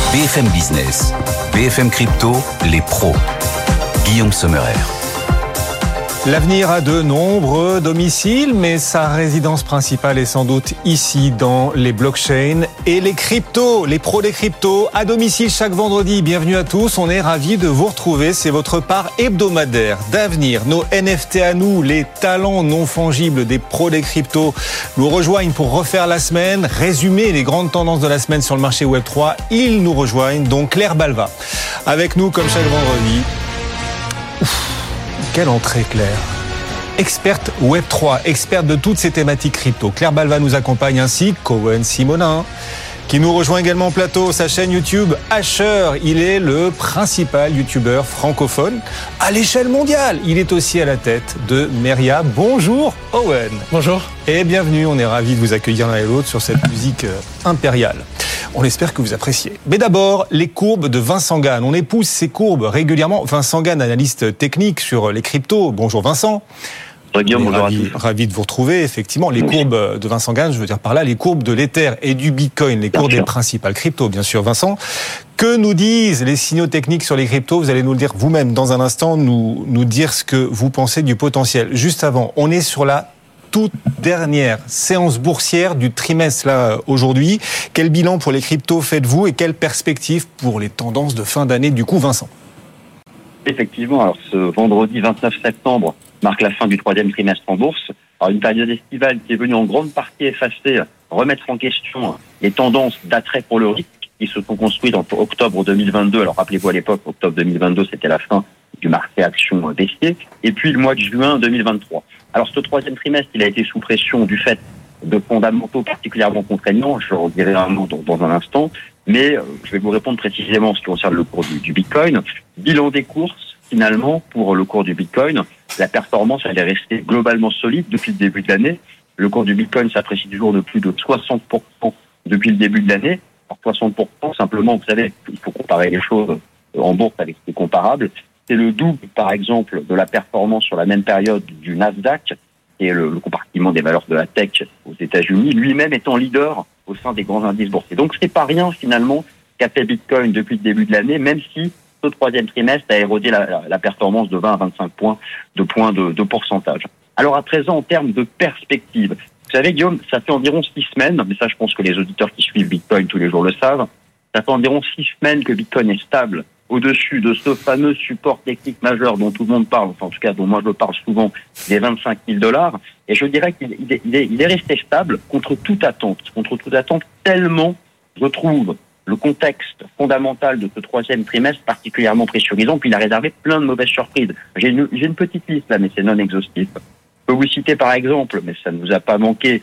BFM Business, BFM Crypto, les pros. Guillaume Sommerer. L'avenir a de nombreux domiciles, mais sa résidence principale est sans doute ici, dans les blockchains et les cryptos, les pros des cryptos, à domicile chaque vendredi. Bienvenue à tous, on est ravis de vous retrouver. C'est votre part hebdomadaire d'avenir. Nos NFT à nous, les talents non fongibles des pros des cryptos, nous rejoignent pour refaire la semaine, résumer les grandes tendances de la semaine sur le marché Web3. Ils nous rejoignent, donc Claire Balva, avec nous comme chaque vendredi. Quelle entrée, Claire. Experte Web3, experte de toutes ces thématiques crypto. Claire Balva nous accompagne, ainsi qu'Owen Simonin, qui nous rejoint également au plateau. Sa chaîne YouTube Asher, il est le principal youtubeur francophone à l'échelle mondiale. Il est aussi à la tête de Meria. Bonjour Owen. Bonjour. Et bienvenue, on est ravis de vous accueillir l'un et l'autre sur cette musique impériale. On espère que vous appréciez. Mais d'abord, les courbes de Vincent Gane. On épouse ces courbes régulièrement. Vincent Gane, analyste technique sur les cryptos. Bonjour Vincent. Guillaume, bonjour à tous. Ravi de vous retrouver. Effectivement, les courbes de Vincent Gane, je veux dire par là, les courbes de l'Ether et du Bitcoin, les courbes des principales cryptos, bien sûr. Vincent, que nous disent les signaux techniques sur les cryptos? Vous allez nous le dire vous-même dans un instant, nous dire ce que vous pensez du potentiel. Juste avant, on est sur la toute dernière séance boursière du trimestre là aujourd'hui. Quel bilan pour les cryptos faites-vous et quelle perspective pour les tendances de fin d'année du coup, Vincent? Effectivement, alors ce vendredi 29 septembre marque la fin du troisième trimestre en bourse. Alors une période estivale qui est venue en grande partie effacer, remettre en question les tendances d'attrait pour le risque qui se sont construites entre octobre 2022. Alors rappelez-vous à l'époque, octobre 2022, c'était la fin du marché action baissier. Et puis le mois de juin 2023. Alors ce troisième trimestre, il a été sous pression du fait de fondamentaux particulièrement contraignants. Je en dirai un mot dans un instant. Mais je vais vous répondre précisément en ce qui concerne le cours du Bitcoin. Bilan des courses, finalement, pour le cours du Bitcoin, la performance, elle est restée globalement solide depuis le début de l'année. Le cours du Bitcoin s'apprécie toujours de plus de 60% depuis le début de l'année. Alors 60%, simplement, vous savez, il faut comparer les choses en bourse avec ce qui est comparable. C'est le double, par exemple, de la performance sur la même période du Nasdaq, qui est le compartiment des valeurs de la tech aux États-Unis, lui-même étant leader au sein des grands indices boursiers. Donc c'est pas rien, finalement, qu'a fait Bitcoin depuis le début de l'année, même si ce troisième trimestre a érodé la performance de 20 à 25 points de pourcentage. Alors à présent, en termes de perspective, vous savez, Guillaume, ça fait environ 6 semaines, mais ça je pense que les auditeurs qui suivent Bitcoin tous les jours le savent, ça fait environ 6 semaines que Bitcoin est stable au-dessus de ce fameux support technique majeur dont tout le monde parle, enfin en tout cas dont moi je parle souvent, des $25 000. Et je dirais qu'il est resté stable contre toute attente, tellement je trouve le contexte fondamental de ce troisième trimestre particulièrement pressurisant, puis il a réservé plein de mauvaises surprises. J'ai une petite liste là, mais c'est non exhaustif. Je peux vous citer par exemple, mais ça ne vous a pas manqué,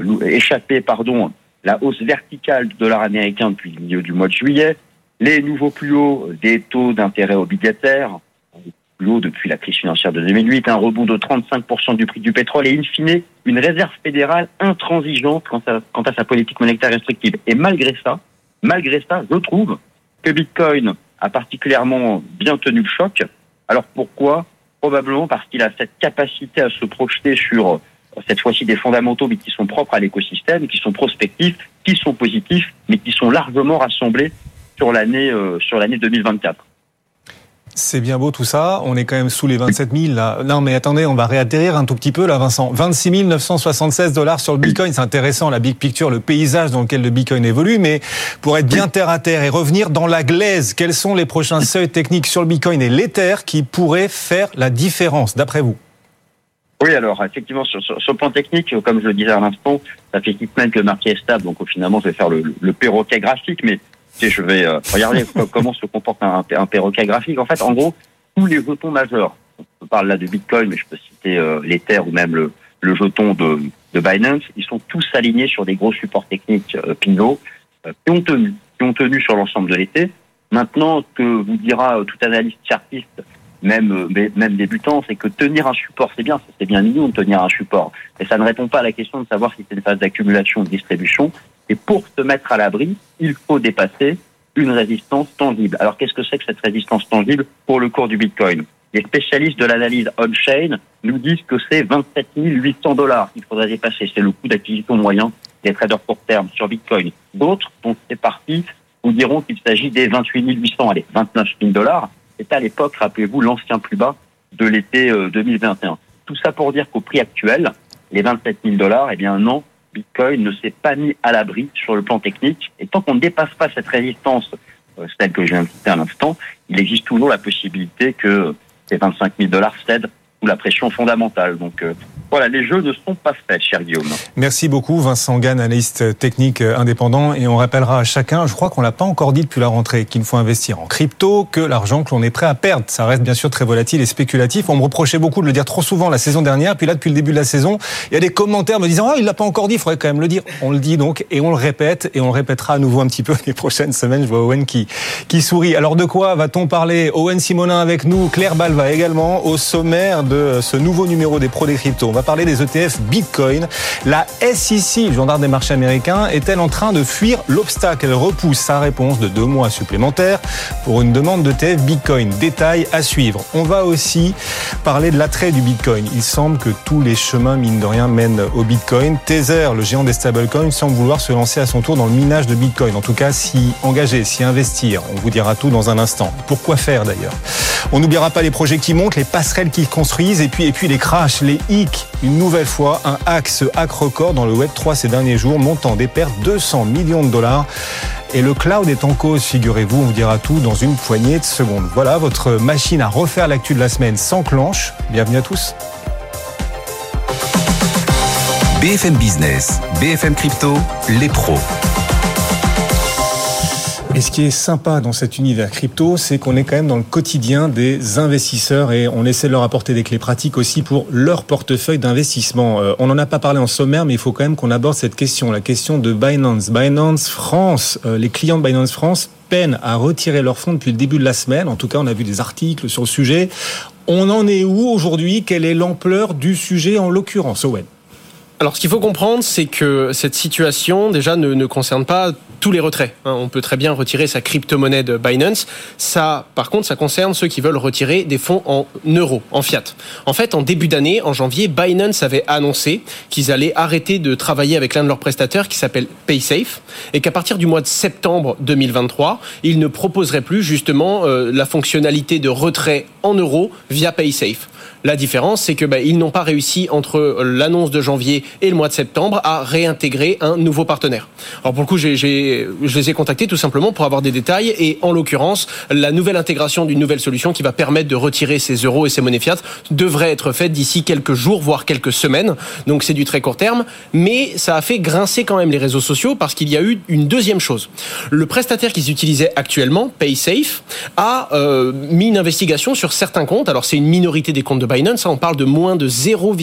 la hausse verticale du dollar américain depuis le milieu du mois de juillet, les nouveaux plus hauts des taux d'intérêt obligataires, plus haut depuis la crise financière de 2008, un rebond de 35% du prix du pétrole et in fine, une réserve fédérale intransigeante quant à sa politique monétaire restrictive. Et malgré ça, je trouve que Bitcoin a particulièrement bien tenu le choc. Alors pourquoi? Probablement parce qu'il a cette capacité à se projeter sur, cette fois-ci, des fondamentaux, mais qui sont propres à l'écosystème, qui sont prospectifs, qui sont positifs, mais qui sont largement rassemblés sur l'année 2024. C'est bien beau tout ça, on est quand même sous les 27 000 là. Non mais attendez, on va réatterrir un tout petit peu là, Vincent. 26 976 $ sur le Bitcoin, c'est intéressant, la big picture, le paysage dans lequel le Bitcoin évolue, mais pour être bien terre à terre et revenir dans la glaise, quels sont les prochains seuils techniques sur le Bitcoin et l'Ether qui pourraient faire la différence, d'après vous? Oui, alors effectivement, sur le plan technique, comme je le disais à l'instant, ça fait 6 semaines que le marché est stable, donc finalement je vais faire le perroquet graphique, mais je vais regarder comment se comporte un perroquet graphique. En fait, en gros, tous les jetons majeurs, on parle là de Bitcoin, mais je peux citer l'Ether ou même le jeton de Binance, ils sont tous alignés sur des gros supports techniques pivots qui ont tenu sur l'ensemble de l'été. Maintenant, ce que vous dira tout analyste chartiste, même débutant, c'est que tenir un support, c'est bien mignon de tenir un support, mais ça ne répond pas à la question de savoir si c'est une phase d'accumulation ou de distribution. Et pour se mettre à l'abri, il faut dépasser une résistance tangible. Alors qu'est-ce que c'est que cette résistance tangible pour le cours du Bitcoin? Les spécialistes de l'analyse on-chain nous disent que c'est 27 800 $ qu'il faudrait dépasser. C'est le coût d'acquisition moyen des traders court terme sur Bitcoin. D'autres, dont c'est parti, vous diront qu'il s'agit des 28 800, allez, 29 000 $. C'est à l'époque, rappelez-vous, l'ancien plus bas de l'été 2021. Tout ça pour dire qu'au prix actuel, les 27 000 $, eh bien non, Bitcoin ne s'est pas mis à l'abri sur le plan technique. Et tant qu'on ne dépasse pas cette résistance, celle que je viens de citer à l'instant, il existe toujours la possibilité que ces 25 000 $ cèdent sous la pression fondamentale. Donc voilà, les jeux ne sont pas faits, cher Guillaume. Merci beaucoup Vincent Gann, analyste technique indépendant. Et on rappellera à chacun, je crois qu'on l'a pas encore dit depuis la rentrée, qu'il faut investir en crypto, que l'argent que l'on est prêt à perdre. Ça reste bien sûr très volatile et spéculatif. On me reprochait beaucoup de le dire trop souvent la saison dernière. Puis là, depuis le début de la saison, il y a des commentaires me disant « Ah, il l'a pas encore dit, il faudrait quand même le dire ». On le dit donc et on le répète. Et on le répétera à nouveau un petit peu les prochaines semaines. Je vois Owen qui sourit. Alors de quoi va-t-on parler? Owen Simonin avec nous, Claire Balva également, au sommaire de ce nouveau numéro des pros des cryptos. On va parler des ETF Bitcoin. La SEC, le gendarme des marchés américains, est-elle en train de fuir l'obstacle? Elle repousse sa réponse de 2 mois supplémentaires pour une demande d'ETF Bitcoin. Détail à suivre. On va aussi parler de l'attrait du Bitcoin. Il semble que tous les chemins, mine de rien, mènent au Bitcoin. Tether, le géant des stablecoins, semble vouloir se lancer à son tour dans le minage de Bitcoin. En tout cas, s'y engager, s'y investir. On vous dira tout dans un instant. Pourquoi faire d'ailleurs? On n'oubliera pas les projets qui montent, les passerelles qui construisent et puis les crashs, les hicks. Une nouvelle fois, un hack record dans le Web3 ces derniers jours, montant des pertes 200 millions de $. Et le cloud est en cause, figurez-vous, on vous dira tout dans une poignée de secondes. Voilà, votre machine à refaire l'actu de la semaine s'enclenche. Bienvenue à tous. BFM Business, BFM Crypto, les pros. Et ce qui est sympa dans cet univers crypto, c'est qu'on est quand même dans le quotidien des investisseurs et on essaie de leur apporter des clés pratiques aussi pour leur portefeuille d'investissement. On n'en a pas parlé en sommaire, mais il faut quand même qu'on aborde cette question, la question de Binance. Binance France, les clients de Binance France peinent à retirer leurs fonds depuis le début de la semaine. En tout cas, on a vu des articles sur le sujet. On en est où aujourd'hui? Quelle est l'ampleur du sujet en l'occurrence, Owen? Alors, ce qu'il faut comprendre, c'est que cette situation, déjà, ne concerne pas tous les retraits. On peut très bien retirer sa crypto-monnaie de Binance. Ça, par contre, ça concerne ceux qui veulent retirer des fonds en euros, en fiat. En fait, en début d'année, en janvier, Binance avait annoncé qu'ils allaient arrêter de travailler avec l'un de leurs prestataires qui s'appelle PaySafe et qu'à partir du mois de septembre 2023, ils ne proposeraient plus justement la fonctionnalité de retrait en euros via PaySafe. La différence, c'est que ils n'ont pas réussi entre l'annonce de janvier et le mois de septembre à réintégrer un nouveau partenaire. Alors pour le coup, je les ai contactés tout simplement pour avoir des détails et en l'occurrence, la nouvelle intégration d'une nouvelle solution qui va permettre de retirer ces euros et ces monnaies fiat devrait être faite d'ici quelques jours, voire quelques semaines. Donc c'est du très court terme, mais ça a fait grincer quand même les réseaux sociaux parce qu'il y a eu une deuxième chose. Le prestataire qu'ils utilisaient actuellement, PaySafe, a mis une investigation sur certains comptes. Alors c'est une minorité des comptes de Binance, on parle de moins de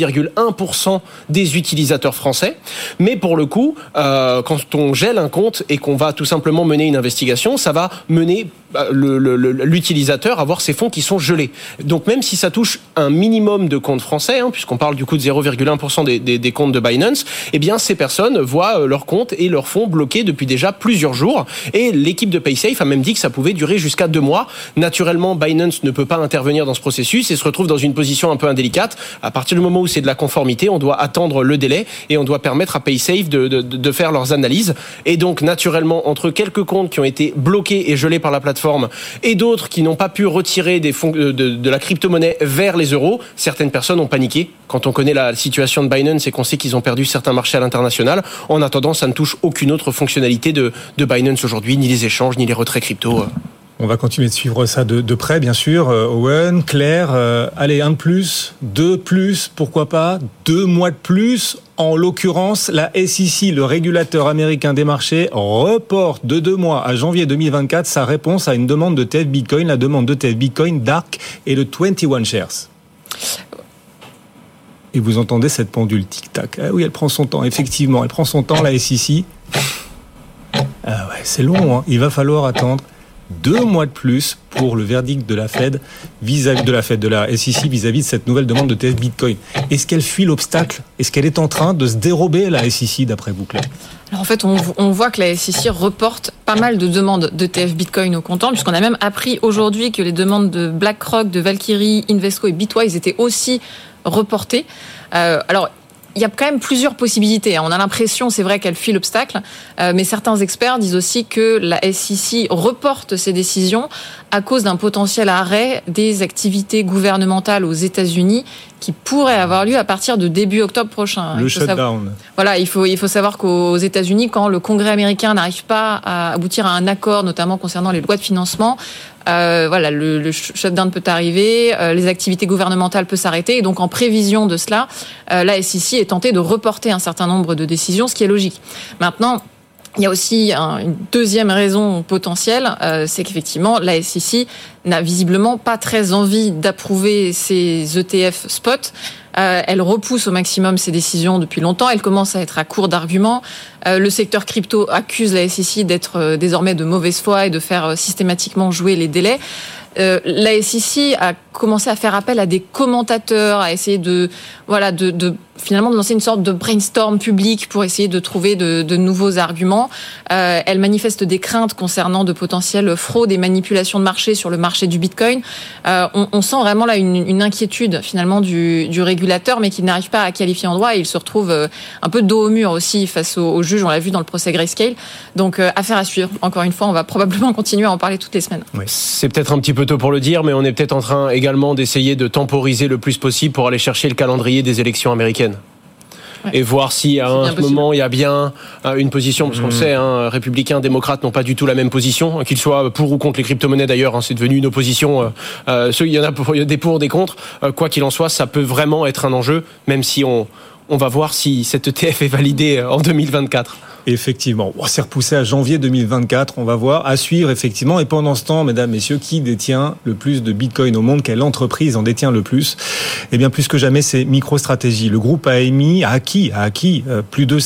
0,1% des utilisateurs français. Mais pour le coup, quand on gèle un compte et qu'on va tout simplement mener une investigation, ça va mener l'utilisateur à voir ses fonds qui sont gelés. Donc même si ça touche un minimum de comptes français, puisqu'on parle du coup de 0,1% des comptes de Binance, eh bien ces personnes voient leurs comptes et leurs fonds bloqués depuis déjà plusieurs jours. Et l'équipe de PaySafe a même dit que ça pouvait durer jusqu'à 2 mois. Naturellement, Binance ne peut pas intervenir dans ce processus et se retrouve dans une position un peu indélicate. À partir du moment où c'est de la conformité, on doit attendre le délai et on doit permettre à PaySafe de faire leurs analyses. Et donc naturellement, entre quelques comptes qui ont été bloqués et gelés par la plateforme et d'autres qui n'ont pas pu retirer des fonds de la crypto-monnaie vers les euros, certaines personnes ont paniqué. Quand on connaît la situation de Binance et qu'on sait qu'ils ont perdu certains marchés à l'international, en attendant, ça ne touche aucune autre fonctionnalité de Binance aujourd'hui, ni les échanges, ni les retraits crypto. On va continuer de suivre ça de près, bien sûr. Owen, Claire, allez, 1 de plus, 2 de plus, pourquoi pas, 2 mois de plus. En l'occurrence, la SEC, le régulateur américain des marchés, reporte de 2 mois à janvier 2024 sa réponse à une demande de TF Bitcoin, la demande de TF Bitcoin, Dark et de 21 Shares. Et vous entendez cette pendule tic-tac. Ah oui, elle prend son temps, effectivement. Elle prend son temps, la SEC. Ah ouais, c'est long, Il va falloir attendre 2 mois de plus pour le verdict de la Fed vis-à-vis de la SEC vis-à-vis de cette nouvelle demande de TF Bitcoin. Est-ce qu'elle fuit l'obstacle? Est-ce qu'elle est en train de se dérober, la SEC, d'après vous, Claire? Alors en fait, on voit que la SEC reporte pas mal de demandes de TF Bitcoin au comptant, puisqu'on a même appris aujourd'hui que les demandes de BlackRock, de Valkyrie, Invesco et Bitwise étaient aussi reportées. Alors, il y a quand même plusieurs possibilités. On a l'impression, c'est vrai, qu'elle fuit l'obstacle, mais certains experts disent aussi que la SEC reporte ses décisions à cause d'un potentiel arrêt des activités gouvernementales aux États-Unis qui pourrait avoir lieu à partir de début octobre prochain. Le shutdown. Voilà, il faut savoir qu'aux États-Unis, quand le Congrès américain n'arrive pas à aboutir à un accord, notamment concernant les lois de financement, le shutdown peut arriver, les activités gouvernementales peuvent s'arrêter, et donc en prévision de cela, la SEC est tentée de reporter un certain nombre de décisions, ce qui est logique. Maintenant, il y a aussi une deuxième raison potentielle, c'est qu'effectivement, la SEC n'a visiblement pas très envie d'approuver ces ETF spot. Elle repousse au maximum ses décisions depuis longtemps. Elle commence à être à court d'arguments. Le secteur crypto accuse la SEC d'être désormais de mauvaise foi et de faire systématiquement jouer les délais. La SEC a commencé à faire appel à des commentateurs, à essayer de finalement de lancer une sorte de brainstorm public pour essayer de trouver de nouveaux arguments. Elle manifeste des craintes concernant de potentielles fraudes et manipulations de marché sur le marché du Bitcoin. On sent vraiment là une inquiétude finalement du régulateur, mais qui n'arrive pas à qualifier en droit, et il se retrouve un peu dos au mur aussi face aux juges. On l'a vu dans le procès Grayscale. Donc affaire à suivre. Encore une fois, on va probablement continuer à en parler toutes les semaines. Oui. C'est peut-être un petit peu tôt pour le dire, mais on est peut-être en train également d'essayer de temporiser le plus possible pour aller chercher le calendrier des élections américaines. Ouais. Et voir si à un moment il y a bien une position, parce qu'on le sait, républicains, démocrates n'ont pas du tout la même position, qu'ils soient pour ou contre les crypto-monnaies d'ailleurs, c'est devenu une opposition, il y en a des pour, des contre, quoi qu'il en soit, ça peut vraiment être un enjeu, même si on va voir si cette ETF est validée en 2024. Effectivement, c'est repoussé à janvier 2024, on va voir, à suivre effectivement. Et pendant ce temps, mesdames, messieurs, qui détient le plus de Bitcoin au monde? Quelle entreprise en détient le plus? Eh bien, plus que jamais, c'est MicroStrategy. Le groupe a acquis plus de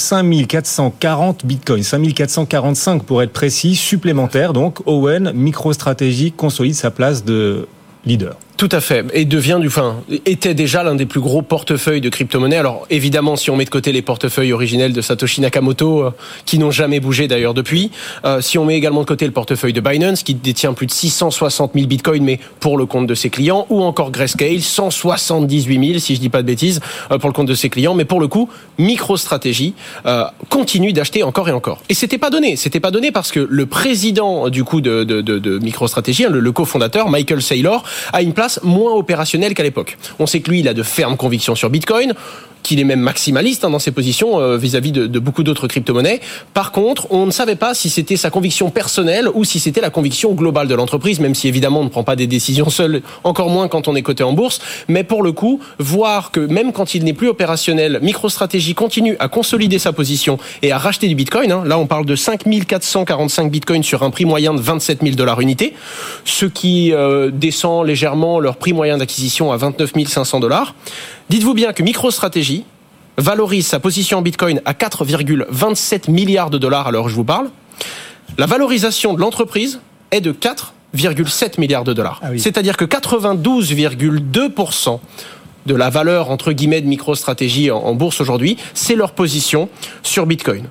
5440 Bitcoins, 5445 pour être précis, supplémentaires. Donc, Owen, MicroStrategy consolide sa place de leader. Tout à fait. Et était déjà l'un des plus gros portefeuilles de crypto-monnaies. Alors, évidemment, si on met de côté les portefeuilles originels de Satoshi Nakamoto, qui n'ont jamais bougé d'ailleurs depuis, si on met également de côté le portefeuille de Binance, qui détient plus de 660 000 bitcoins, mais pour le compte de ses clients, ou encore Grayscale, 178 000, si je dis pas de bêtises, pour le compte de ses clients. Mais pour le coup, MicroStrategy continue d'acheter encore et encore. Et c'était pas donné. C'était pas donné parce que le président, du coup, de MicroStrategy, le cofondateur, Michael Saylor, a une place moins opérationnel qu'à l'époque. On sait que lui, il a de fermes convictions sur Bitcoin, qu'il est même maximaliste dans ses positions vis-à-vis de beaucoup d'autres crypto-monnaies. Par contre, on ne savait pas si c'était sa conviction personnelle ou si c'était la conviction globale de l'entreprise, même si évidemment on ne prend pas des décisions seul, encore moins quand on est coté en bourse. Mais pour le coup, voir que même quand il n'est plus opérationnel, MicroStrategy continue à consolider sa position et à racheter du Bitcoin. Là, on parle de 5445 Bitcoins sur un prix moyen de 27 000 $ unité, ce qui descend légèrement leur prix moyen d'acquisition à 29 500 $. Dites-vous bien que MicroStrategy valorise sa position en Bitcoin à 4,27 milliards de dollars à l'heure où je vous parle. La valorisation de l'entreprise est de 4,7 milliards de dollars. Ah oui. C'est-à-dire que 92,2% de la valeur, entre guillemets, de MicroStrategy en bourse aujourd'hui, c'est leur position sur Bitcoin.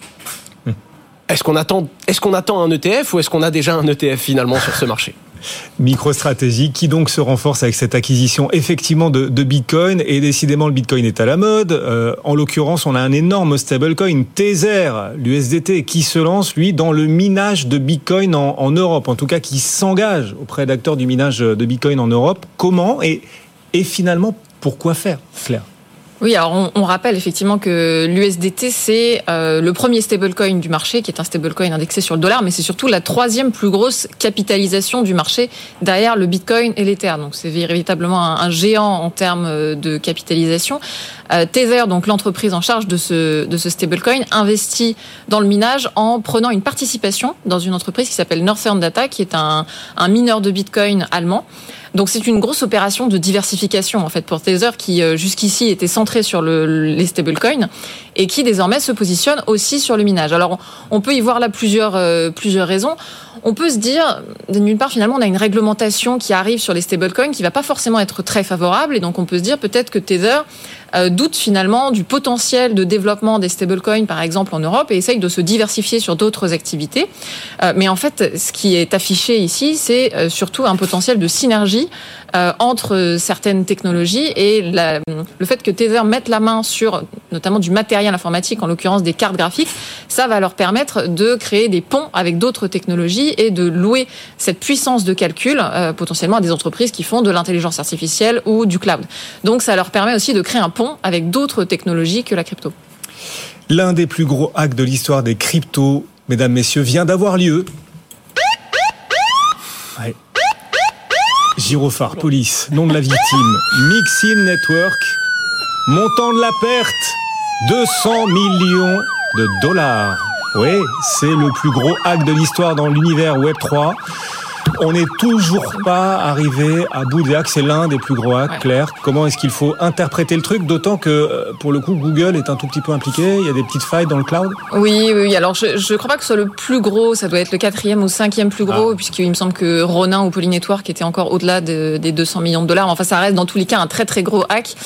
Est-ce qu'on attend un ETF ou est-ce qu'on a déjà un ETF finalement sur ce marché ? MicroStrategy qui donc se renforce avec cette acquisition effectivement de Bitcoin, et décidément le Bitcoin est à la mode. En l'occurrence, on a un énorme stablecoin, Tether, l'USDT, qui se lance lui dans le minage de Bitcoin en Europe, en tout cas qui s'engage auprès d'acteurs du minage de Bitcoin en Europe. Comment et finalement pourquoi faire, Claire ? Oui, alors on rappelle effectivement que l'USDT, c'est le premier stablecoin du marché, qui est un stablecoin indexé sur le dollar, mais c'est surtout la troisième plus grosse capitalisation du marché derrière le Bitcoin et l'Ether. Donc c'est véritablement un géant en termes de capitalisation. Tether, donc l'entreprise en charge de ce stablecoin, investit dans le minage en prenant une participation dans une entreprise qui s'appelle Northern Data, qui est un mineur de Bitcoin allemand. Donc c'est une grosse opération de diversification en fait pour Tether, qui jusqu'ici était centré sur les stablecoins. et qui désormais se positionne aussi sur le minage. Alors, on peut y voir là plusieurs raisons. On peut se dire, d'une part, finalement, on a une réglementation qui arrive sur les stablecoins qui va pas forcément être très favorable, et donc on peut se dire peut-être que Tether doute finalement du potentiel de développement des stablecoins, par exemple en Europe, et essaye de se diversifier sur d'autres activités. Mais en fait, ce qui est affiché ici, c'est surtout un potentiel de synergie entre certaines technologies, et le fait que Tether mette la main sur notamment du matériel informatique, en l'occurrence des cartes graphiques, ça va leur permettre de créer des ponts avec d'autres technologies et de louer cette puissance de calcul potentiellement à des entreprises qui font de l'intelligence artificielle ou du cloud. Donc ça leur permet aussi de créer un pont avec d'autres technologies que la crypto. L'un des plus gros hacks de l'histoire des cryptos, mesdames, messieurs, vient d'avoir lieu. Ouais. Gyrophare, police, nom de la victime, Mixin Network, montant de la perte, 200 millions de dollars. Oui, c'est le plus gros hack de l'histoire dans l'univers Web3. On n'est toujours pas arrivé à bout des hacks, c'est l'un des plus gros hacks, ouais. Claire. Comment est-ce qu'il faut interpréter le truc, d'autant que, pour le coup, Google est un tout petit peu impliqué, il y a des petites failles dans le cloud? Oui, alors je crois pas que ce soit le plus gros, ça doit être le 4e ou 5e plus gros, puisqu'il me semble que Ronin ou Poly Network était encore au-delà des 200 millions de dollars. Enfin, ça reste dans tous les cas un très très gros hack.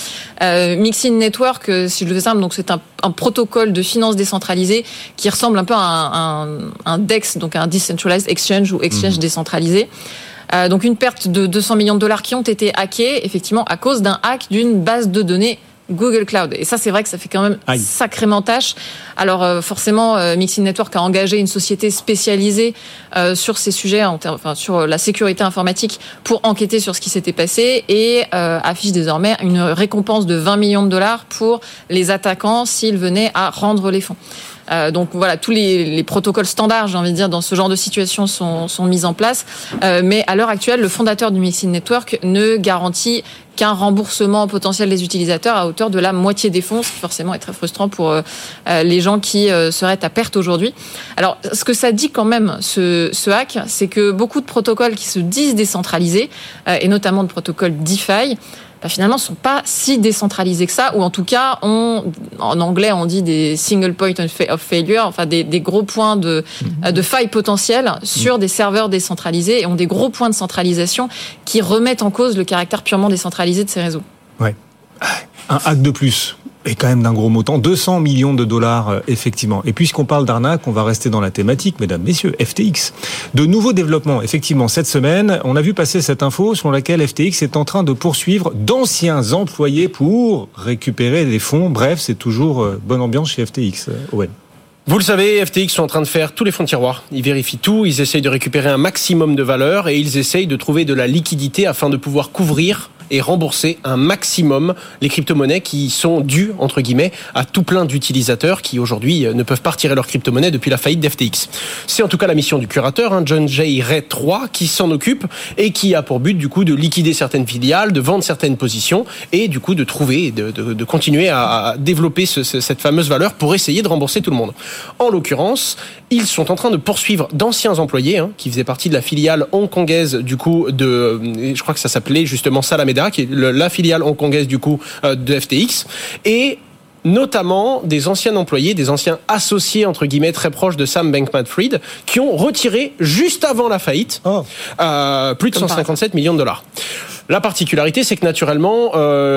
Mixin Network, si je le fais simple, donc c'est un protocole de finance décentralisée qui ressemble un peu à un DEX, donc un Decentralized Exchange ou Exchange décentralisé. Donc une perte de 200 millions de dollars qui ont été hackés, effectivement, à cause d'un hack d'une base de données Google Cloud. Et ça, c'est vrai que ça fait quand même sacrément tâche. Alors forcément, Mixin Network a engagé une société spécialisée sur ces sujets, sur la sécurité informatique, pour enquêter sur ce qui s'était passé, et affiche désormais une récompense de 20 millions de dollars pour les attaquants s'ils venaient à rendre les fonds. Donc voilà, tous les protocoles standards, j'ai envie de dire, dans ce genre de situation sont mis en place. Mais à l'heure actuelle, le fondateur du Mixin Network ne garantit qu'un remboursement potentiel des utilisateurs à hauteur de la moitié des fonds, ce qui forcément est très frustrant pour les gens qui seraient à perte aujourd'hui. Alors, ce que ça dit quand même, ce hack, c'est que beaucoup de protocoles qui se disent décentralisés, et notamment de protocoles DeFi, finalement, ne sont pas si décentralisés que ça, ou en tout cas, en anglais, on dit des single point of failure, enfin des gros points de faille potentielle sur des serveurs décentralisés, et ont des gros points de centralisation qui remettent en cause le caractère purement décentralisé de ces réseaux. Ouais. Un hack de plus. Et quand même d'un gros montant, 200 millions de dollars, effectivement. Et puisqu'on parle d'arnaque, on va rester dans la thématique, mesdames, messieurs, FTX. De nouveaux développements, effectivement, cette semaine, on a vu passer cette info selon laquelle FTX est en train de poursuivre d'anciens employés pour récupérer des fonds. Bref, c'est toujours bonne ambiance chez FTX, Owen. Vous le savez, FTX sont en train de faire tous les fonds de tiroir. Ils vérifient tout, ils essayent de récupérer un maximum de valeur, et ils essayent de trouver de la liquidité afin de pouvoir couvrir et rembourser un maximum les crypto-monnaies qui sont dues, entre guillemets, à tout plein d'utilisateurs qui aujourd'hui ne peuvent pas retirer leurs crypto-monnaies depuis la faillite d'FTX. C'est en tout cas la mission du curateur, John J. Ray III, qui s'en occupe et qui a pour but du coup de liquider certaines filiales, de vendre certaines positions et du coup de trouver, de continuer à développer cette fameuse valeur pour essayer de rembourser tout le monde. En l'occurrence, ils sont en train de poursuivre d'anciens employés qui faisaient partie de la filiale hongkongaise du coup je crois que ça s'appelait justement Salameda, qui est la filiale hongkongaise du coup de FTX, et notamment des anciens employés, des anciens associés entre guillemets très proches de Sam Bankman-Fried, qui ont retiré juste avant la faillite plus de 157 millions de dollars. La particularité, c'est que naturellement,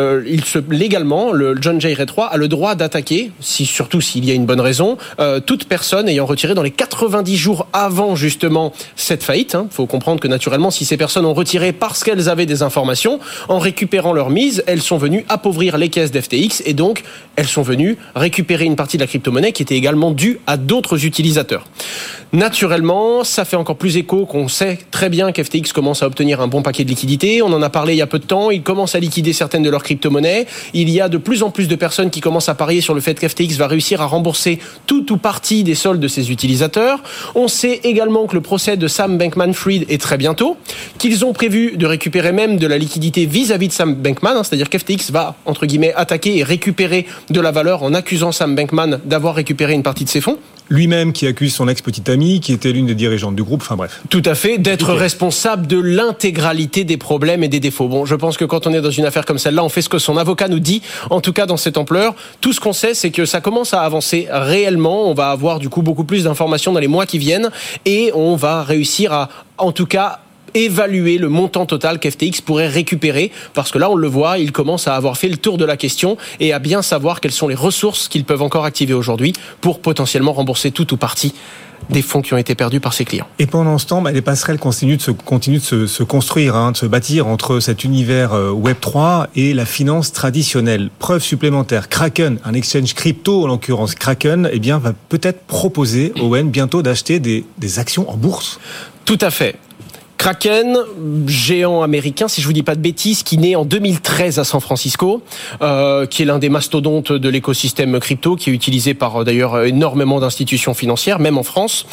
légalement, le John J. Ray III a le droit d'attaquer, surtout s'il y a une bonne raison, toute personne ayant retiré dans les 90 jours avant justement cette faillite. Faut comprendre que naturellement, si ces personnes ont retiré parce qu'elles avaient des informations, en récupérant leur mise, elles sont venues appauvrir les caisses d'FTX, et donc elles sont venues récupérer une partie de la crypto-monnaie qui était également due à d'autres utilisateurs. Naturellement, ça fait encore plus écho qu'on sait très bien qu'FTX commence à obtenir un bon paquet de liquidités. On en a parlé il y a peu de temps. Ils commencent à liquider certaines de leurs crypto-monnaies. Il y a de plus en plus de personnes qui commencent à parier sur le fait qu'FTX va réussir à rembourser tout ou partie des soldes de ses utilisateurs. On sait également que le procès de Sam Bankman-Fried est très bientôt, qu'ils ont prévu de récupérer même de la liquidité vis-à-vis de Sam Bankman, c'est-à-dire qu'FTX va, entre guillemets, attaquer et récupérer de la valeur en accusant Sam Bankman d'avoir récupéré une partie de ses fonds. Lui-même qui accuse son ex-petite amie, qui était l'une des dirigeantes du groupe, enfin bref. Tout à fait, d'être responsable de l'intégralité des problèmes et des défauts. Bon, je pense que quand on est dans une affaire comme celle-là, on fait ce que son avocat nous dit, en tout cas dans cette ampleur. Tout ce qu'on sait, c'est que ça commence à avancer réellement. On va avoir du coup beaucoup plus d'informations dans les mois qui viennent et on va réussir à, en tout cas, évaluer le montant total qu'FTX pourrait récupérer, parce que là on le voit, il commence à avoir fait le tour de la question et à bien savoir quelles sont les ressources qu'ils peuvent encore activer aujourd'hui pour potentiellement rembourser tout ou partie des fonds qui ont été perdus par ses clients. Et pendant ce temps, les passerelles continuent de se construire, de se bâtir entre cet univers Web3 et la finance traditionnelle. Preuve supplémentaire, Kraken, un exchange crypto en l'occurrence Kraken, va peut-être proposer, Owen, bientôt d'acheter des actions en bourse. Tout à fait. Kraken, géant américain, si je vous dis pas de bêtises, qui naît en 2013 à San Francisco, qui est l'un des mastodontes de l'écosystème crypto, qui est utilisé par d'ailleurs énormément d'institutions financières, même en France,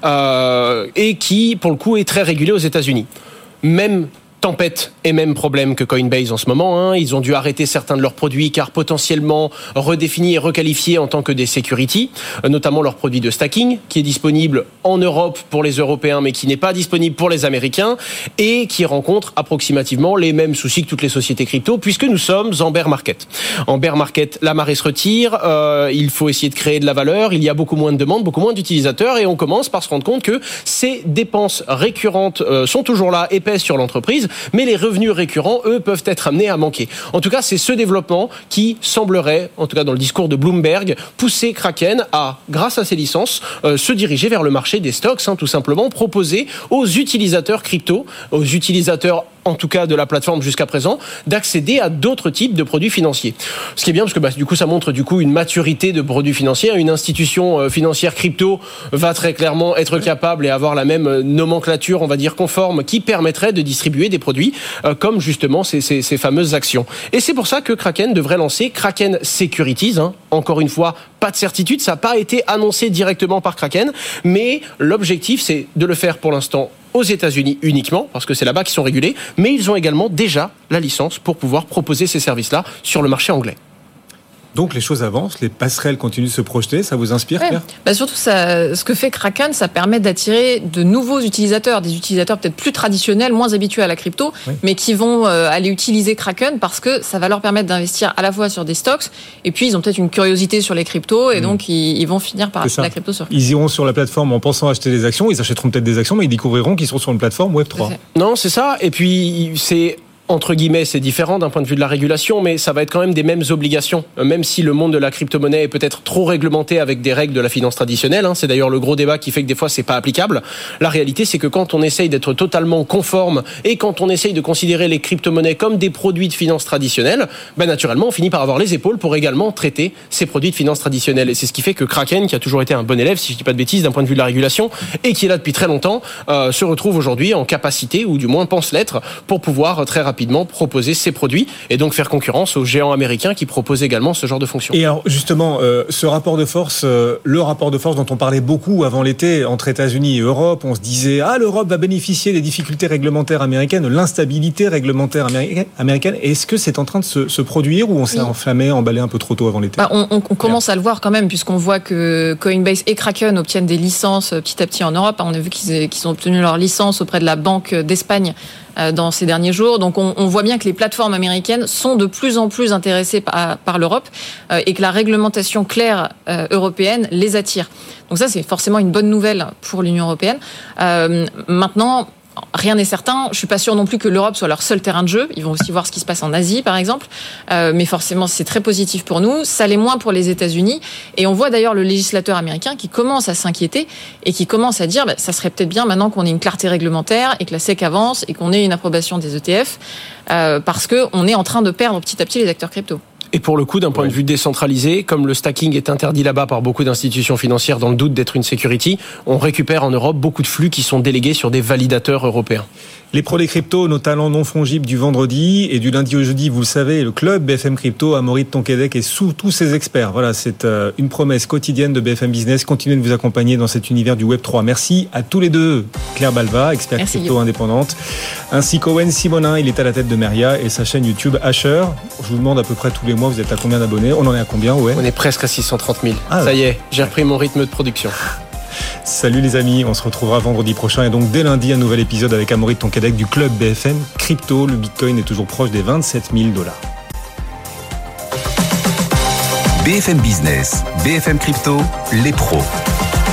et qui, pour le coup, est très régulé aux États-Unis. Même tempête et même problème que Coinbase en ce moment. Ils ont dû arrêter certains de leurs produits car potentiellement redéfinis et requalifiés en tant que des securities, notamment leur produit de stacking qui est disponible en Europe pour les Européens mais qui n'est pas disponible pour les Américains et qui rencontre approximativement les mêmes soucis que toutes les sociétés crypto puisque nous sommes en bear market. En bear market, la marée se retire, il faut essayer de créer de la valeur, il y a beaucoup moins de demandes, beaucoup moins d'utilisateurs et on commence par se rendre compte que ces dépenses récurrentes sont toujours là, épaisses sur l'entreprise, mais les revenus récurrents, eux, peuvent être amenés à manquer. En tout cas, c'est ce développement qui semblerait, en tout cas dans le discours de Bloomberg, pousser Kraken à, grâce à ses licences, se diriger vers le marché des stocks, tout simplement, proposer aux utilisateurs crypto, aux utilisateurs en tout cas de la plateforme jusqu'à présent, d'accéder à d'autres types de produits financiers. Ce qui est bien parce que du coup ça montre une maturité de produits financiers. Une institution financière crypto va très clairement être capable et avoir la même nomenclature, on va dire conforme, qui permettrait de distribuer des produits comme justement ces fameuses actions. Et c'est pour ça que Kraken devrait lancer Kraken Securities. Encore une fois, pas de certitude, ça n'a pas été annoncé directement par Kraken, mais l'objectif c'est de le faire pour l'instant aux États-Unis uniquement, parce que c'est là-bas qu'ils sont régulés, mais ils ont également déjà la licence pour pouvoir proposer ces services-là sur le marché anglais. Donc les choses avancent, les passerelles continuent de se projeter, ça vous inspire, Claire ? Surtout, ce que fait Kraken, ça permet d'attirer de nouveaux utilisateurs, des utilisateurs peut-être plus traditionnels, moins habitués à la crypto, mais qui vont aller utiliser Kraken parce que ça va leur permettre d'investir à la fois sur des stocks, et puis ils ont peut-être une curiosité sur les cryptos, et donc ils vont finir par acheter la crypto sur Kraken. Ils iront sur la plateforme en pensant acheter des actions, ils achèteront peut-être des actions, mais ils découvriront qu'ils sont sur une plateforme Web3. Non, c'est ça, et puis c'est... Entre guillemets, c'est différent d'un point de vue de la régulation, mais ça va être quand même des mêmes obligations. Même si le monde de la crypto-monnaie est peut-être trop réglementé avec des règles de la finance traditionnelle, c'est d'ailleurs le gros débat qui fait que des fois c'est pas applicable. La réalité, c'est que quand on essaye d'être totalement conforme et quand on essaye de considérer les crypto-monnaies comme des produits de finance traditionnelle, naturellement, on finit par avoir les épaules pour également traiter ces produits de finance traditionnelle. Et c'est ce qui fait que Kraken, qui a toujours été un bon élève, si je dis pas de bêtises, d'un point de vue de la régulation, et qui est là depuis très longtemps, se retrouve aujourd'hui en capacité, ou du moins pense l'être, pour pouvoir très rapidement proposer ces produits et donc faire concurrence aux géants américains qui proposent également ce genre de fonction. Et alors justement, ce rapport de force, le rapport de force dont on parlait beaucoup avant l'été entre États-Unis et Europe, on se disait l'Europe va bénéficier des difficultés réglementaires américaines, de l'instabilité réglementaire américaine. Est-ce que c'est en train de se produire ou on s'est enflammé, emballé un peu trop tôt avant l'été ? On commence à le voir quand même puisqu'on voit que Coinbase et Kraken obtiennent des licences petit à petit en Europe. On a vu qu'ils ont obtenu leur licence auprès de la Banque d'Espagne dans ces derniers jours. Donc on voit bien que les plateformes américaines sont de plus en plus intéressées par l'Europe et que la réglementation claire européenne les attire. Donc ça, c'est forcément une bonne nouvelle pour l'Union européenne. Maintenant, rien n'est certain. Je suis pas sûre non plus que l'Europe soit leur seul terrain de jeu. Ils vont aussi voir ce qui se passe en Asie, par exemple. Mais forcément, c'est très positif pour nous. Ça l'est moins pour les États-Unis. Et on voit d'ailleurs le législateur américain qui commence à s'inquiéter et qui commence à dire, ça serait peut-être bien maintenant qu'on ait une clarté réglementaire et que la SEC avance et qu'on ait une approbation des ETF, parce que on est en train de perdre petit à petit les acteurs crypto. Et pour le coup, d'un point de vue décentralisé, comme le stacking est interdit là-bas par beaucoup d'institutions financières dans le doute d'être une security, on récupère en Europe beaucoup de flux qui sont délégués sur des validateurs européens. Les pros des cryptos, nos talents non fongibles du vendredi et du lundi au jeudi, vous le savez, le club BFM Crypto, Amaury de Tonquédec et sous tous ses experts. Voilà, c'est une promesse quotidienne de BFM Business. Continuez de vous accompagner dans cet univers du Web3. Merci à tous les deux. Claire Balva, experte crypto indépendante, ainsi qu'Owen Simonin, il est à la tête de Meria et sa chaîne YouTube Asher. Je vous demande à peu près tous les mois, vous êtes à combien d'abonnés? On en est à combien? Ouais. On est presque à 630 000. Ah, ça y est, j'ai repris mon rythme de production. Salut les amis, on se retrouvera vendredi prochain et donc dès lundi un nouvel épisode avec Amaury Tonquédec du club BFM Crypto. Le Bitcoin est toujours proche des 27 000 $. BFM Business, BFM Crypto, les pros.